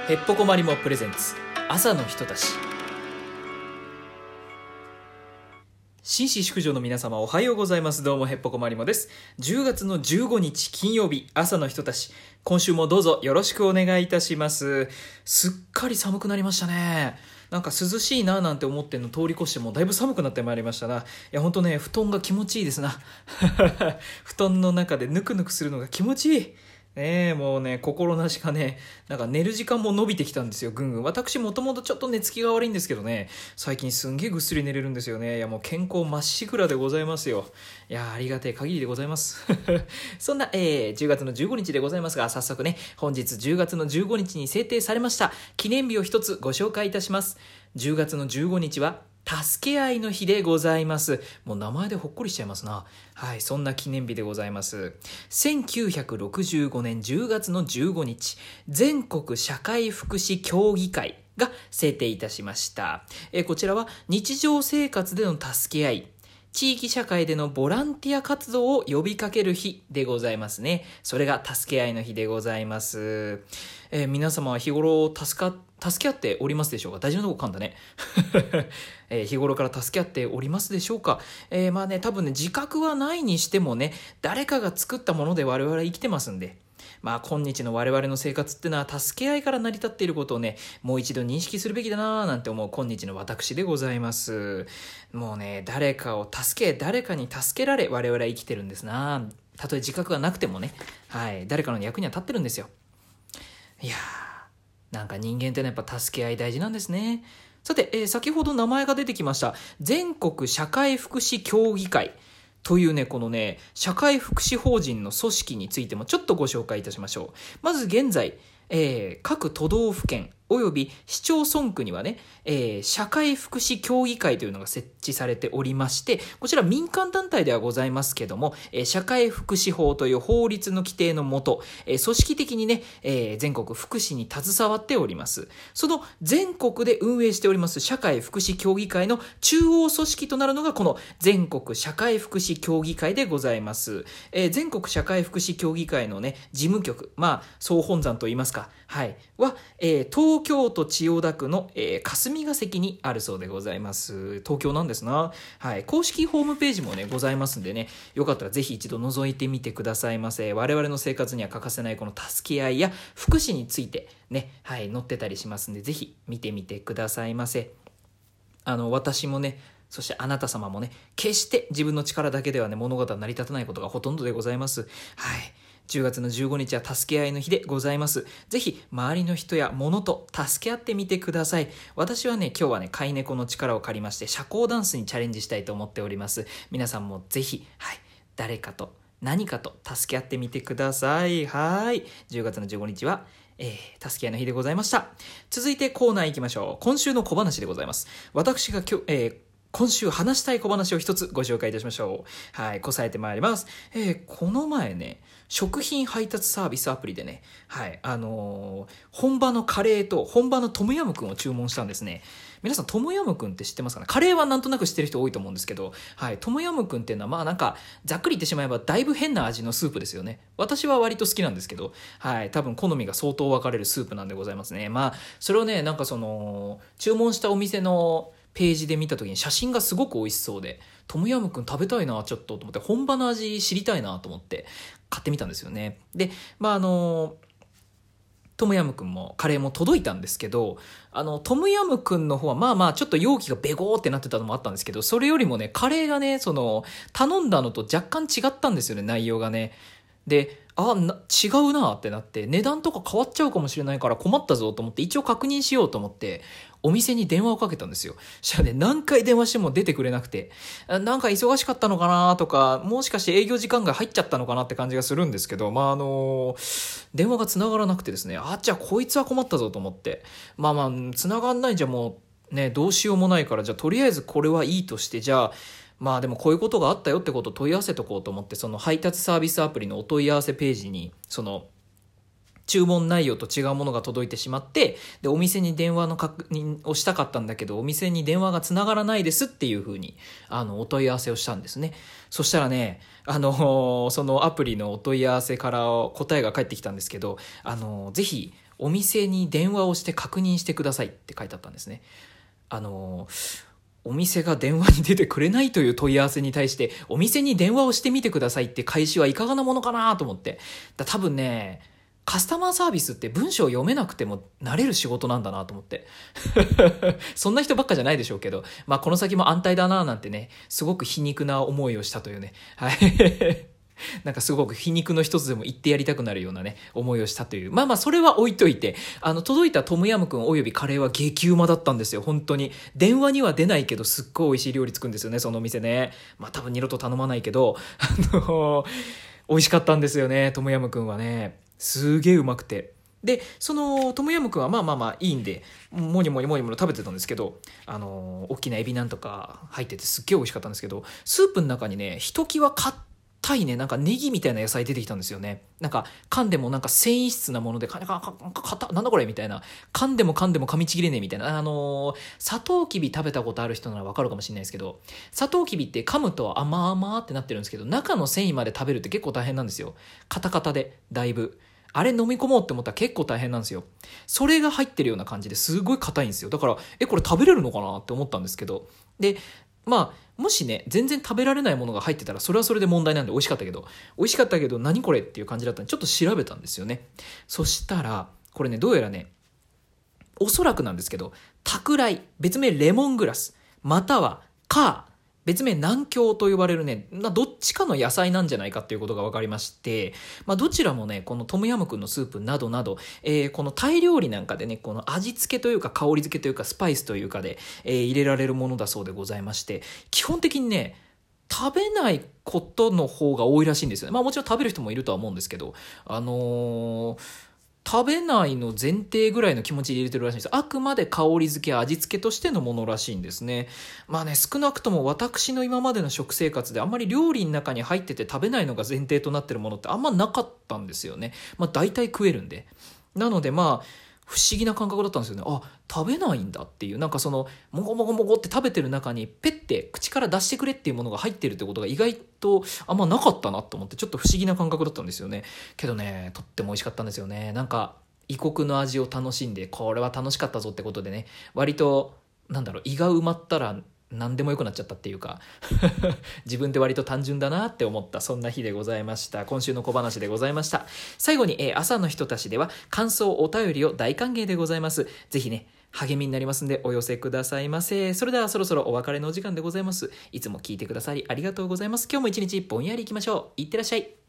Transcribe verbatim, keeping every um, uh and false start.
へっぽこまりもプレゼンツ朝のひとたち。紳士淑女の皆様おはようございます。どうもへっぽこまりもです。じゅうがつのじゅうごにち金曜日、朝のひとたち、今週もどうぞよろしくお願いいたします。すっかり寒くなりましたね。なんか涼しいななんて思ってんの通り越してもだいぶ寒くなってまいりましたな。いやほんとね、布団が気持ちいいですな布団の中でぬくぬくするのが気持ちいいね。えもうね、心なしかね、なんか寝る時間も伸びてきたんですよ、ぐんぐん。私もともとちょっと寝つきが悪いんですけどね、最近すんげえぐっすり寝れるんですよね。いやもう健康まっしぐらでございますよ。いやありがてえ限りでございますそんな、えー、じゅうがつのじゅうごにちでございますが、早速ね、本日じゅうがつのじゅうごにちに制定されました記念日を一つご紹介いたします。じゅうがつのじゅうごにちは助け合いの日でございます。もう名前でほっこりしちゃいますな。はい、そんな記念日でございます。せんきゅうひゃくろくじゅうごねんじゅうがつのじゅうごにち、全国社会福祉協議会が制定いたしました。えー、こちらは日常生活での助け合い、地域社会でのボランティア活動を呼びかける日でございますね。それが助け合いの日でございます。えー、皆様は日頃助か、助け合っておりますでしょうか。大事なとこ噛んだね、えー、日頃から助け合っておりますでしょうか。えー、まあね、多分ね、自覚はないにしてもね、誰かが作ったもので我々は生きてますんで、まあ今日の我々の生活ってのは助け合いから成り立っていることをね、もう一度認識するべきだなぁなんて思う今日の私でございます。もうね、誰かを助け、誰かに助けられ我々は生きてるんですな。たとえ自覚がなくてもね、はい、誰かの役には立ってるんですよ。いやー、なんか人間ってのはやっぱ助け合い大事なんですね。さて、えー、先ほど名前が出てきました全国社会福祉協議会というね、このね、社会福祉法人の組織についてもちょっとご紹介いたしましょう。まず現在、えー、各都道府県および市町村区にはね、えー、社会福祉協議会というのが設置されておりまして、こちら民間団体ではございますけども、えー、社会福祉法という法律の規定のもと、えー、組織的にね、えー、全国福祉に携わっております。その全国で運営しております社会福祉協議会の中央組織となるのがこの全国社会福祉協議会でございます。えー、全国社会福祉協議会のね、事務局、まあ総本山といいますか、はい、は、えー、東京都千代田区の、えー、霞が関にあるそうでございます。東京なんですな。はい、公式ホームページもねございますんでね、よかったらぜひ一度覗いてみてくださいませ。我々の生活には欠かせないこの助け合いや福祉についてね、はい、載ってたりしますんで、ぜひ見てみてくださいませ。あの私もね、そしてあなた様もね、決して自分の力だけではね物事は成り立たないことがほとんどでございます。はい、じゅうがつのじゅうごにちは助け合いの日でございます。ぜひ周りの人や物と助け合ってみてください。私はね、今日はね、飼い猫の力を借りまして社交ダンスにチャレンジしたいと思っております。皆さんもぜひ、はい、誰かと何かと助け合ってみてください。はい、じゅうがつのじゅうごにちはえー、助け合いの日でございました。続いてコーナー行きましょう。今週の小話でございます。私が今日、えー今週話したい小話を一つご紹介いたしましょう。はい、こさえてまいります。えー、この前ね、食品配達サービスアプリでね、はい、あのー、本場のカレーと本場のトムヤムクンを注文したんですね。皆さんトムヤムクンって知ってますかね。カレーはなんとなく知ってる人多いと思うんですけど、はい、トムヤムクンっていうのはまあなんかざっくり言ってしまえばだいぶ変な味のスープですよね。私は割と好きなんですけど、はい、多分好みが相当分かれるスープなんでございますね。まあそれをね、なんかその注文したお店のページで見た時に写真がすごく美味しそうで、トムヤムクン食べたいなちょっとと思って、本場の味知りたいなと思って買ってみたんですよね。で、まああのトムヤムクンもカレーも届いたんですけど、あのトムヤムクンの方はまあまあちょっと容器がベゴーってなってたのもあったんですけど、それよりもねカレーがね、その頼んだのと若干違ったんですよね、内容がね。で、あな違うなってなって、値段とか変わっちゃうかもしれないから困ったぞと思って、一応確認しようと思ってお店に電話をかけたんですよ。そしたらね、何回電話しても出てくれなくて、なんか忙しかったのかなとか、もしかして営業時間が入っちゃったのかなって感じがするんですけど、まああの電話が繋がらなくてですね、あじゃあこいつは困ったぞと思って、まあまあ繋がんないんじゃもうね、どうしようもないから、じゃあとりあえずこれはいいとして、じゃあまあでもこういうことがあったよってことを問い合わせとこうと思って、その配達サービスアプリのお問い合わせページにその注文内容と違うものが届いてしまって、でお店に電話の確認をしたかったんだけどお店に電話がつながらないですっていう風にあのお問い合わせをしたんですね。そしたらね、あのそのアプリのお問い合わせから答えが返ってきたんですけど、あのぜひお店に電話をして確認してくださいって書いてあったんですね。あのお店が電話に出てくれないという問い合わせに対して、お店に電話をしてみてくださいって開始はいかがなものかなと思って。だ多分ね、カスタマーサービスって文章を読めなくてもなれる仕事なんだなと思ってそんな人ばっかじゃないでしょうけど、まあこの先も安泰だななんてね、すごく皮肉な思いをしたというね、はいなんかすごく皮肉の一つでも言ってやりたくなるようなね思いをしたという。まあまあそれは置いといて、あの届いたトムヤムクンおよびカレーは激うまだったんですよ。本当に電話には出ないけどすっごい美味しい料理作るんですよね、そのお店ね。まあ多分二度と頼まないけど、あの美味しかったんですよね、トムヤムクンはね。すげえうまくて、でそのトムヤムクンはまあまあまあいいんで、もにもにもにも食べてたんですけど、あの大きなエビなんとか入っててすっげえ美味しかったんですけど、スープの中にねひときわかたいね、なんかネギみたいな野菜出てきたんですよね。なんか噛んでもなんか繊維質なもので、かかかかかなんだこれみたいな、噛んでも噛んでも噛みちぎれねえみたいな、あのー、サトウキビ食べたことある人ならわかるかもしれないですけど、サトウキビって噛むと甘々ってなってるんですけど、中の繊維まで食べるって結構大変なんですよ。カタカタでだいぶ。あれ飲み込もうって思ったら結構大変なんですよ。それが入ってるような感じですごい硬いんですよ。だからえこれ食べれるのかなって思ったんですけど、でまあもしね全然食べられないものが入ってたらそれはそれで問題なんで、美味しかったけど美味しかったけど何これっていう感じだったんでちょっと調べたんですよね。そしたらこれね、どうやらね、おそらくなんですけど、タクライ、別名レモングラス、またはカー、別名南京と呼ばれるね、まあ、どっちかの野菜なんじゃないかっていうことが分かりまして、まあ、どちらもねこのトムヤムクンのスープなどなど、えー、このタイ料理なんかでね、この味付けというか香り付けというかスパイスというかで、えー、入れられるものだそうでございまして、基本的にね食べないことの方が多いらしいんですよね。まあもちろん食べる人もいるとは思うんですけど、あのー食べないの前提ぐらいの気持ちで入れてるらしいんです。あくまで香り付け、味付けとしてのものらしいんですね。まあね、少なくとも私の今までの食生活であんまり料理の中に入ってて食べないのが前提となってるものってあんまなかったんですよね。まあ大体食えるんで。なのでまあ、不思議な感覚だったんですよね。あ、食べないんだっていう、なんかそのもごもごもごって食べてる中にペッて口から出してくれっていうものが入ってるってことが意外とあんまなかったなと思って、ちょっと不思議な感覚だったんですよね。けどね、とっても美味しかったんですよね。なんか異国の味を楽しんで、これは楽しかったぞってことでね、割となんだろう、胃が埋まったら何でもよくなっちゃったっていうか自分って割と単純だなって思った、そんな日でございました。今週の小話でございました。最後に、えー、朝の人たちでは感想お便りを大歓迎でございます。ぜひね励みになりますんでお寄せくださいませ。それではそろそろお別れのお時間でございます。いつも聞いてくださりありがとうございます。今日も一日ぼんやりいきましょう。いってらっしゃい。